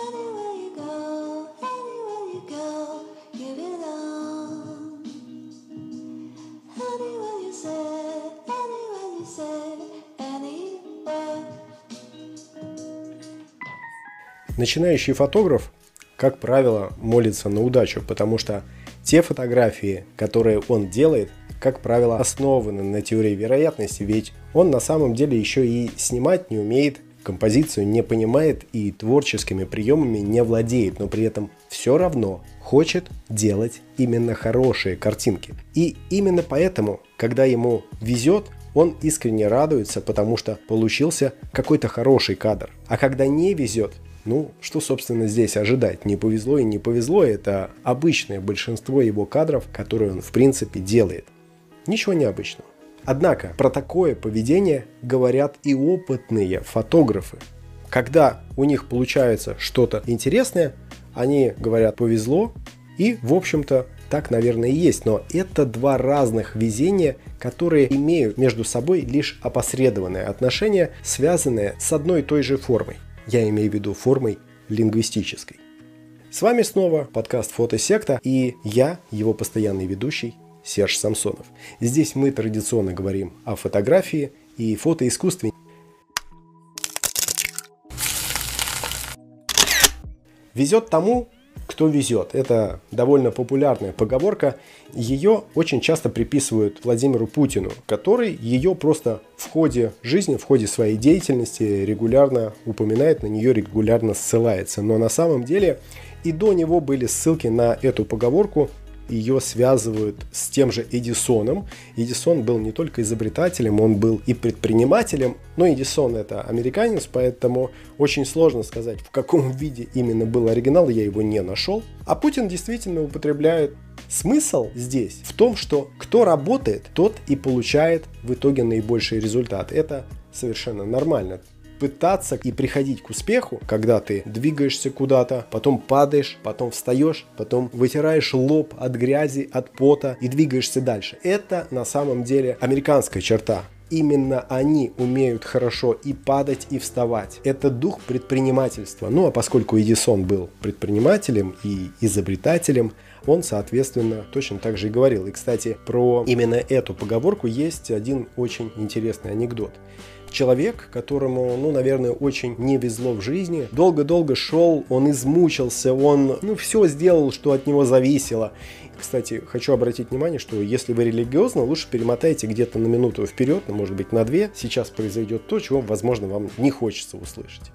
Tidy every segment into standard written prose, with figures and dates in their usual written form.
Anywhere you go, you belong. Anywhere you say, anywhere. Начинающий фотограф, как правило, молится на удачу, потому что те фотографии, которые он делает, как правило, основаны на теории вероятности, ведь он на самом деле еще и снимать не умеет, композицию не понимает и творческими приемами не владеет, но при этом все равно хочет делать именно хорошие картинки. И именно поэтому, когда ему везет, он искренне радуется, потому что получился какой-то хороший кадр. А когда не везет, что, собственно, здесь ожидать? Не повезло и не повезло, это обычное большинство его кадров, которые он, в принципе, делает. Ничего необычного. Однако про такое поведение говорят и опытные фотографы. Когда у них получается что-то интересное, они говорят «повезло», и, в общем-то, так, наверное, и есть. Но это два разных везения, которые имеют между собой лишь опосредованное отношение, связанное с одной и той же формой. Я имею в виду формой лингвистической. С вами снова подкаст «Фотосекта» и я, его постоянный ведущий, Серж Самсонов. Здесь мы традиционно говорим о фотографии и фотоискусстве. Везет тому, кто везет. Это довольно популярная поговорка. Ее очень часто приписывают Владимиру Путину, который ее просто в ходе жизни, в ходе своей деятельности регулярно упоминает, на нее регулярно ссылается. Но на самом деле и до него были ссылки на эту поговорку. Ее связывают с тем же Эдисоном. Эдисон был не только изобретателем, он был и предпринимателем. Но Эдисон это американец, поэтому очень сложно сказать, в каком виде именно был оригинал, я его не нашел. А Путин действительно употребляет. Смысл здесь в том, что кто работает, тот и получает в итоге наибольший результат. Это совершенно нормально. Пытаться и приходить к успеху, когда ты двигаешься куда-то, потом падаешь, потом встаешь, потом вытираешь лоб от грязи, от пота и двигаешься дальше. Это на самом деле американская черта. Именно они умеют хорошо и падать, и вставать. Это дух предпринимательства. А поскольку Эдисон был предпринимателем и изобретателем, он, соответственно, точно так же и говорил. И, кстати, про именно эту поговорку есть один очень интересный анекдот. Человек, которому, наверное, очень не везло в жизни, долго-долго шел, он измучился, он, все сделал, что от него зависело. Кстати, хочу обратить внимание, что если вы религиозны, лучше перемотайте где-то на минуту вперед, может быть на 2. Сейчас произойдет то, чего, возможно, вам не хочется услышать.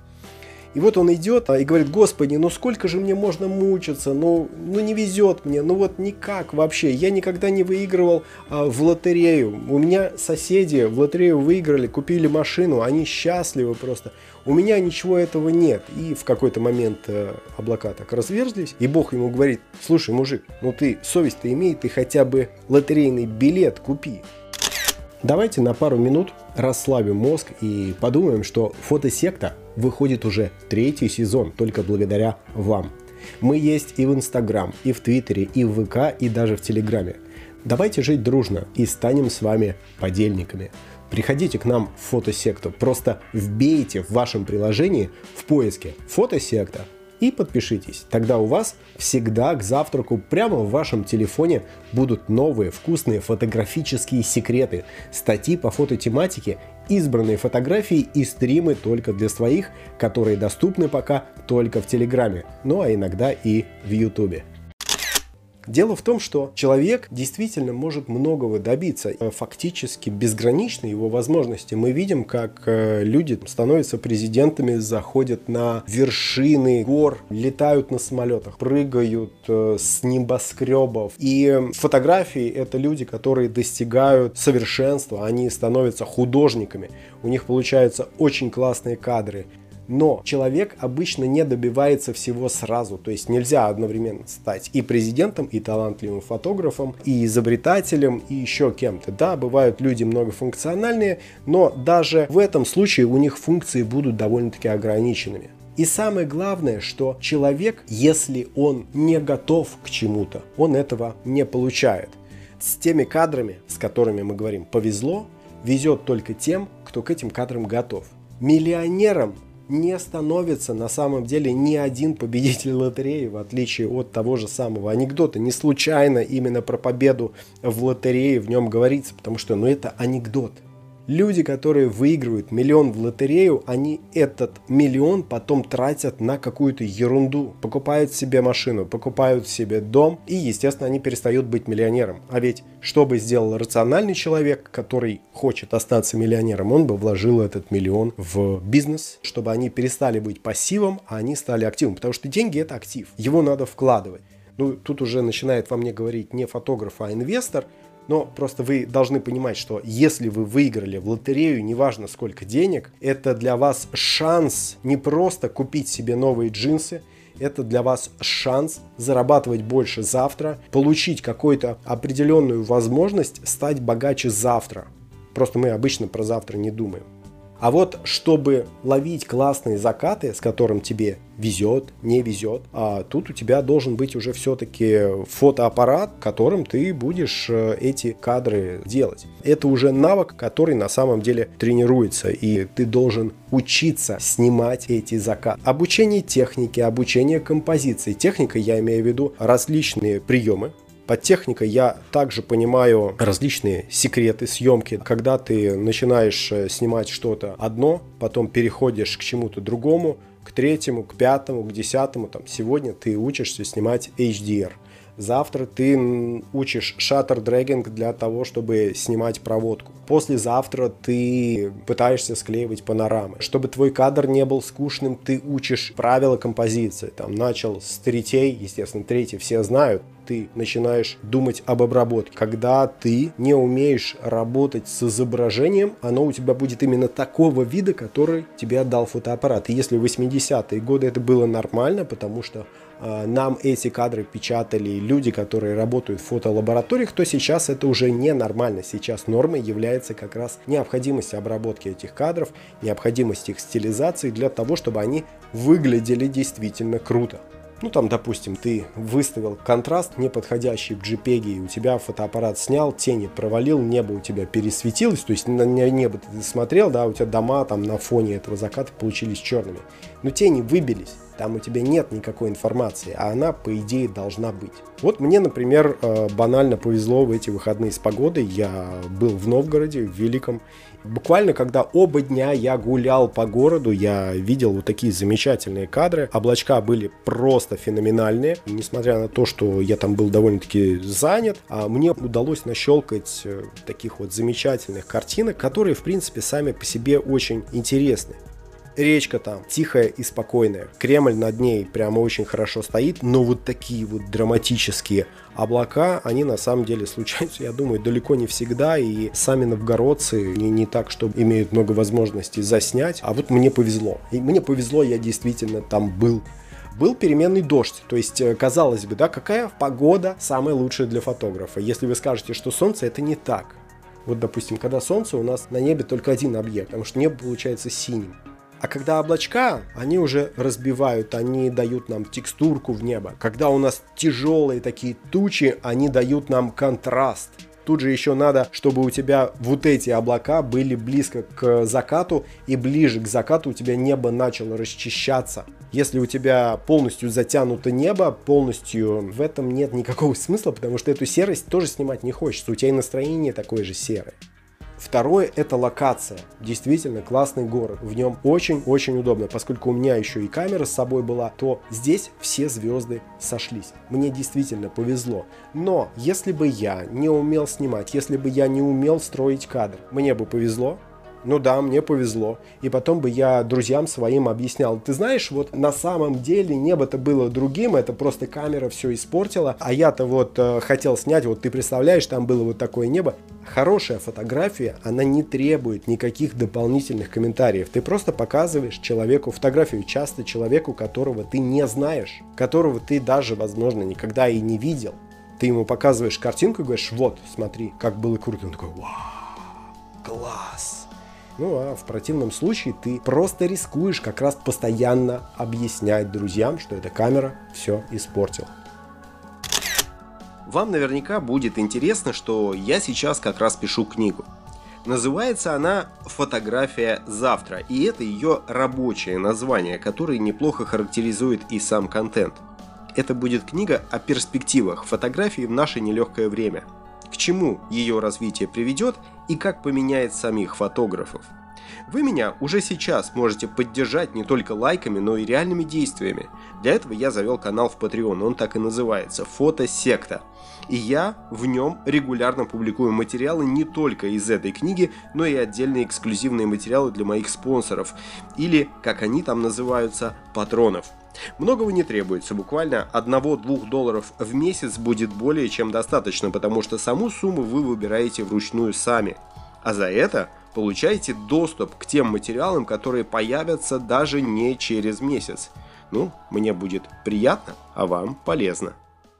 И вот он идет и говорит: Господи, сколько же мне можно мучиться, не везет мне, никак вообще, я никогда не выигрывал в лотерею, у меня соседи в лотерею выиграли, купили машину, они счастливы просто, у меня ничего этого нет. И в какой-то момент облака так разверзлись, и Бог ему говорит: слушай, мужик, ты совесть-то имей, ты хотя бы лотерейный билет купи. Давайте на пару минут расслабим мозг и подумаем, что «Фотосекта» выходит уже 3-й сезон только благодаря вам. Мы есть и в Инстаграм, и в Твиттере, и в ВК, и даже в Телеграме. Давайте жить дружно и станем с вами подельниками. Приходите к нам в Фотосекту, просто вбейте в вашем приложении в поиске «Фотосекта» и подпишитесь. Тогда у вас всегда к завтраку прямо в вашем телефоне будут новые вкусные фотографические секреты, статьи по фототематике, избранные фотографии и стримы только для своих, которые доступны пока только в Телеграме, а иногда и в Ютубе. Дело в том, что человек действительно может многого добиться. Фактически безграничны его возможности. Мы видим, как люди становятся президентами, заходят на вершины гор, летают на самолетах, прыгают с небоскребов. И фотографии — это люди, которые достигают совершенства, они становятся художниками. У них получаются очень классные кадры. Но человек обычно не добивается всего сразу, то есть нельзя одновременно стать и президентом, и талантливым фотографом, и изобретателем, и еще кем-то. Да, бывают люди многофункциональные, но даже в этом случае у них функции будут довольно-таки ограниченными. И самое главное, что человек, если он не готов к чему-то, он этого не получает. С теми кадрами, с которыми мы говорим «повезло», везет только тем, кто к этим кадрам готов. Миллионерам не становится на самом деле ни один победитель лотереи, в отличие от того же самого анекдота. Не случайно именно про победу в лотерее в нем говорится, потому что это анекдот. Люди, которые выигрывают миллион в лотерею, они этот миллион потом тратят на какую-то ерунду. Покупают себе машину, покупают себе дом и, естественно, они перестают быть миллионером. А ведь что бы сделал рациональный человек, который хочет остаться миллионером, он бы вложил этот миллион в бизнес, чтобы они перестали быть пассивом, а они стали активом. Потому что деньги – это актив, его надо вкладывать. Тут уже начинает во мне говорить не фотограф, а инвестор. Но просто вы должны понимать, что если вы выиграли в лотерею, неважно сколько денег, это для вас шанс не просто купить себе новые джинсы, это для вас шанс зарабатывать больше завтра, получить какую-то определенную возможность стать богаче завтра. Просто мы обычно про завтра не думаем. А вот чтобы ловить классные закаты, с которым тебе везет, не везет, тут у тебя должен быть уже все-таки фотоаппарат, которым ты будешь эти кадры делать. Это уже навык, который на самом деле тренируется, и ты должен учиться снимать эти закаты. Обучение технике, обучение композиции. Техника, я имею в виду различные приемы. Под техникой я также понимаю различные секреты съемки, когда ты начинаешь снимать что-то одно, потом переходишь к чему-то другому, к третьему, к пятому, к десятому. Сегодня ты учишься снимать HDR. Завтра ты учишь shutter dragging для того, чтобы снимать проводку. Послезавтра ты пытаешься склеивать панорамы. Чтобы твой кадр не был скучным, ты учишь правила композиции. Начал с третей, естественно, третий все знают. Ты начинаешь думать об обработке. Когда ты не умеешь работать с изображением, оно у тебя будет именно такого вида, который тебе отдал фотоаппарат. И если в 80-е годы это было нормально, потому что нам эти кадры печатали люди, которые работают в фотолабораториях, то сейчас это уже не нормально. Сейчас нормой является как раз необходимость обработки этих кадров, необходимость их стилизации для того, чтобы они выглядели действительно круто. Допустим, ты выставил контраст неподходящий в JPEG, и у тебя фотоаппарат снял, тени провалил, небо у тебя пересветилось, то есть на небо ты смотрел, у тебя дома на фоне этого заката получились черными. Но тени выбились, там у тебя нет никакой информации, а она, по идее, должна быть. Вот мне, например, банально повезло в эти выходные с погодой. Я был в Новгороде, в Великом. Буквально, когда оба дня я гулял по городу, я видел вот такие замечательные кадры. Облачка были просто феноменальные. Несмотря на то, что я там был довольно-таки занят, мне удалось нащелкать таких вот замечательных картинок, которые, в принципе, сами по себе очень интересны. Речка там тихая и спокойная. Кремль над ней прямо очень хорошо стоит, но вот такие вот драматические облака, они на самом деле случаются, я думаю, далеко не всегда, и сами новгородцы не так, что имеют много возможностей заснять, а вот мне повезло. И мне повезло, я действительно там был. Был переменный дождь, то есть, казалось бы, какая погода самая лучшая для фотографа? Если вы скажете, что солнце, это не так. Вот, допустим, когда солнце, у нас на небе только один объект, потому что небо получается синим. А когда облачка, они уже разбивают, они дают нам текстурку в небо. Когда у нас тяжелые такие тучи, они дают нам контраст. Тут же еще надо, чтобы у тебя вот эти облака были близко к закату, и ближе к закату у тебя небо начало расчищаться. Если у тебя полностью затянуто небо, полностью в этом нет никакого смысла, потому что эту серость тоже снимать не хочется. У тебя и настроение такое же серое. Второе – это локация. Действительно классный город. В нем очень-очень удобно. Поскольку у меня еще и камера с собой была, то здесь все звезды сошлись. Мне действительно повезло. Но если бы я не умел снимать, если бы я не умел строить кадр, мне бы повезло. Ну да, мне повезло. И потом бы я друзьям своим объяснял: ты знаешь, вот на самом деле небо-то было другим, это просто камера все испортила, а я-то вот хотел снять, вот ты представляешь, там было вот такое небо. Хорошая фотография, она не требует никаких дополнительных комментариев. Ты просто показываешь человеку фотографию, часто человеку, которого ты не знаешь, которого ты даже, возможно, никогда и не видел. Ты ему показываешь картинку и говоришь: вот, смотри, как было круто. Он такой: вау, класс. Ну, а в противном случае ты просто рискуешь как раз постоянно объяснять друзьям, что эта камера все испортила. Вам наверняка будет интересно, что я сейчас как раз пишу книгу. Называется она «Фотография завтра», и это ее рабочее название, которое неплохо характеризует и сам контент. Это будет книга о перспективах фотографии в наше нелегкое время, к чему ее развитие приведет и как поменяет самих фотографов. Вы меня уже сейчас можете поддержать не только лайками, но и реальными действиями. Для этого я завел канал в Patreon, он так и называется «Фотосекта». И я в нем регулярно публикую материалы не только из этой книги, но и отдельные эксклюзивные материалы для моих спонсоров, или, как они там называются, патронов. Многого не требуется, буквально $1-2 в месяц будет более чем достаточно, потому что саму сумму вы выбираете вручную сами. А за это получаете доступ к тем материалам, которые появятся даже не через месяц. Ну, мне будет приятно, а вам полезно.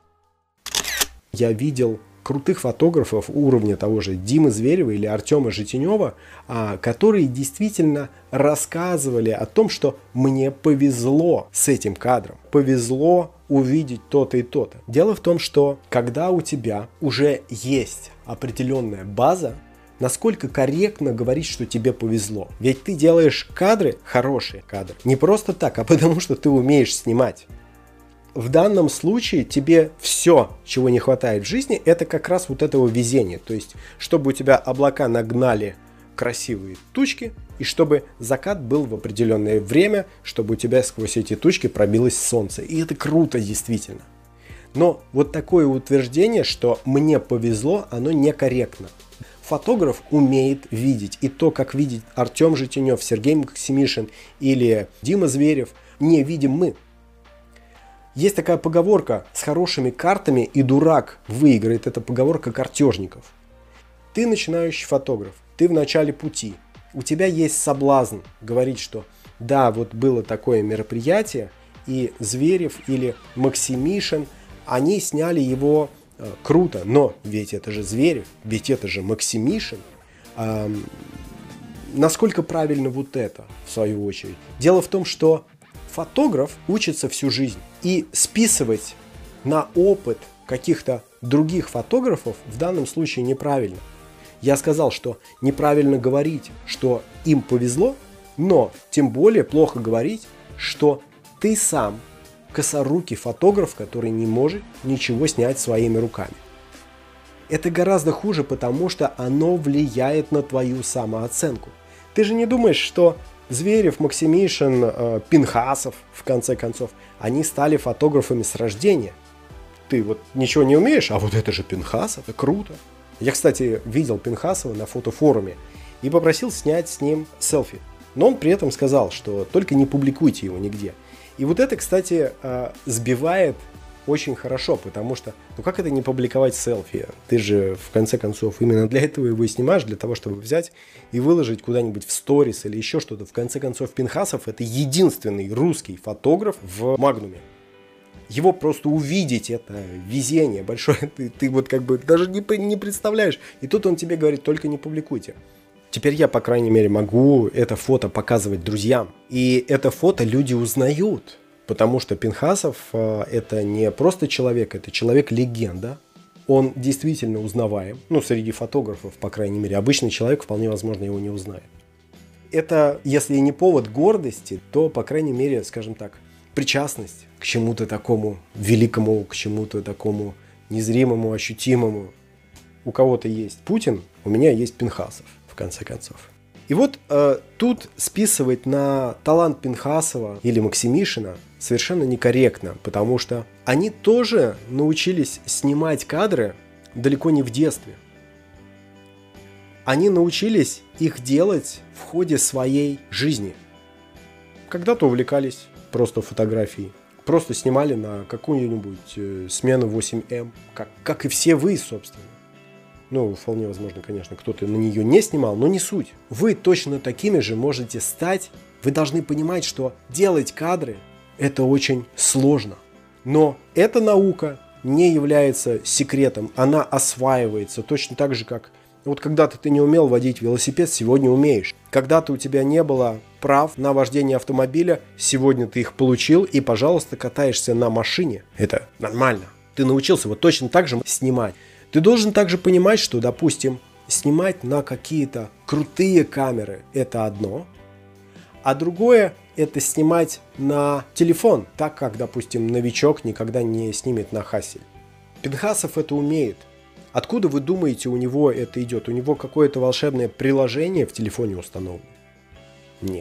Я видел крутых фотографов уровня того же Димы Зверева или Артема Житинева, которые действительно рассказывали о том, что мне повезло с этим кадром, повезло увидеть то-то и то-то. Дело в том, что когда у тебя уже есть определенная база, насколько корректно говорить, что тебе повезло. Ведь ты делаешь кадры, хорошие кадры, не просто так, а потому что ты умеешь снимать. В данном случае тебе все, чего не хватает в жизни, это как раз вот этого везения. То есть, чтобы у тебя облака нагнали красивые тучки, и чтобы закат был в определенное время, чтобы у тебя сквозь эти тучки пробилось солнце. И это круто, действительно. Но вот такое утверждение, что мне повезло, оно некорректно. Фотограф умеет видеть. И то, как видит Артем Житинев, Сергей Максимишин или Дима Зверев, не видим мы. Есть такая поговорка: с хорошими картами и дурак выиграет. Это поговорка картежников. Ты начинающий фотограф, ты в начале пути. У тебя есть соблазн говорить, что да, вот было такое мероприятие, и Зверев или Максимишин, они сняли его круто, но ведь это же Зверев, ведь это же Максимишин. Насколько правильно вот это, в свою очередь? Дело в том, что фотограф учится всю жизнь, и списывать на опыт каких-то других фотографов в данном случае неправильно. Я сказал, что неправильно говорить, что им повезло, но тем более плохо говорить, что ты сам косорукий фотограф, который не может ничего снять своими руками. Это гораздо хуже, потому что оно влияет на твою самооценку. Ты же не думаешь, что Зверев, Максимишин, Пинхасов, в конце концов, они стали фотографами с рождения. Ты вот ничего не умеешь, а вот это же Пинхасов, это круто. Я, кстати, видел Пинхасова на фотофоруме и попросил снять с ним селфи. Но он при этом сказал, что только не публикуйте его нигде. И вот это, кстати, сбивает очень хорошо, потому что, ну как это не публиковать селфи? Ты же, в конце концов, именно для этого его и снимаешь, для того, чтобы взять и выложить куда-нибудь в сторис или еще что-то. В конце концов, Пинхасов — это единственный русский фотограф в Магнуме. Его просто увидеть — это везение большое. Ты вот как бы даже не представляешь. И тут он тебе говорит: только не публикуйте. Теперь я, по крайней мере, могу это фото показывать друзьям. И это фото люди узнают. Потому что Пинхасов это не просто человек, это человек-легенда. Он действительно узнаваем. Ну, среди фотографов, по крайней мере. Обычный человек, вполне возможно, его не узнает. Это, если не повод гордости, то, по крайней мере, скажем так, причастность к чему-то такому великому, к чему-то такому незримому, ощутимому. У кого-то есть Путин, у меня есть Пинхасов, в конце концов. И вот тут списывать на талант Пинхасова или Максимишина совершенно некорректно, потому что они тоже научились снимать кадры далеко не в детстве. Они научились их делать в ходе своей жизни. Когда-то увлекались просто фотографией, просто снимали на какую-нибудь смену 8М, как и все вы, собственно. Ну, вполне возможно, конечно, кто-то на нее не снимал, но не суть. Вы точно такими же можете стать. Вы должны понимать, что делать кадры – это очень сложно. Но эта наука не является секретом. Она осваивается точно так же, как вот когда-то ты не умел водить велосипед, сегодня умеешь. Когда-то у тебя не было прав на вождение автомобиля, сегодня ты их получил и, пожалуйста, катаешься на машине. Это нормально. Ты научился вот точно так же снимать. Ты должен также понимать, что, допустим, Снимать на какие-то крутые камеры – это одно, а другое – это снимать на телефон, так как, допустим, новичок никогда не снимет на Hasselblad. Пинхасов это умеет. Откуда вы думаете, у него это идет? У него какое-то волшебное приложение в телефоне установлено? Нет.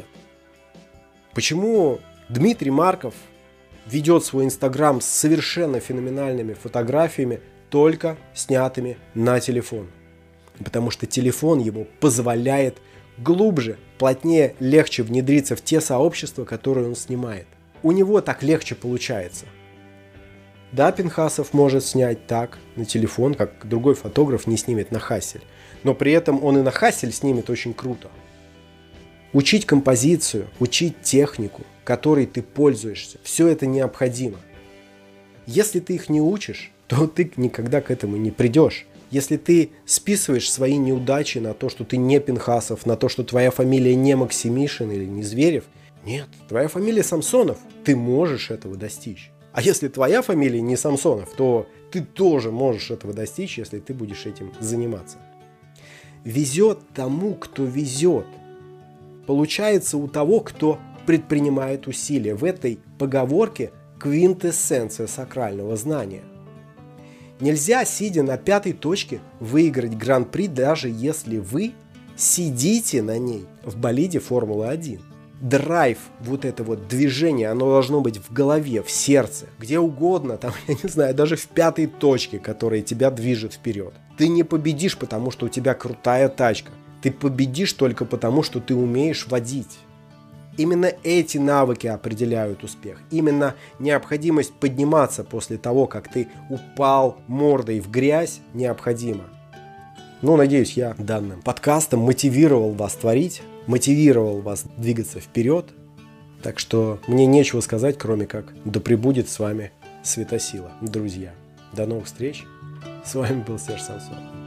Почему Дмитрий Марков ведет свой Инстаграм с совершенно феноменальными фотографиями, только снятыми на телефон? Потому что телефон ему позволяет глубже, плотнее, легче внедриться в те сообщества, которые он снимает. У него так легче получается. Да, Пинхасов может снять так на телефон, как другой фотограф не снимет на Hasselblad. Но при этом он и на Hasselblad снимет очень круто. Учить композицию, учить технику, которой ты пользуешься, все это необходимо. Если ты их не учишь, то ты никогда к этому не придешь. Если ты списываешь свои неудачи на то, что ты не Пинхасов, на то, что твоя фамилия не Максимишин или не Зверев, нет, твоя фамилия Самсонов, ты можешь этого достичь. А если твоя фамилия не Самсонов, то ты тоже можешь этого достичь, если ты будешь этим заниматься. Везет тому, кто везет. Получается у того, кто предпринимает усилия. В этой поговорке квинтэссенция сакрального знания. Нельзя, сидя на 5-й точке, выиграть гран-при, даже если вы сидите на ней в болиде Формулы-1. Драйв, вот это вот движение, оно должно быть в голове, в сердце, где угодно, там, я не знаю, даже в 5-й точке, которая тебя движет вперед. Ты не победишь, потому что у тебя крутая тачка. Ты победишь только потому, что ты умеешь водить. Именно эти навыки определяют успех. Именно необходимость подниматься после того, как ты упал мордой в грязь, необходима. Надеюсь, я данным подкастом мотивировал вас творить, мотивировал вас двигаться вперед. Так что мне нечего сказать, кроме как да пребудет с вами светосила, друзья. До новых встреч. С вами был Серж Самсонов.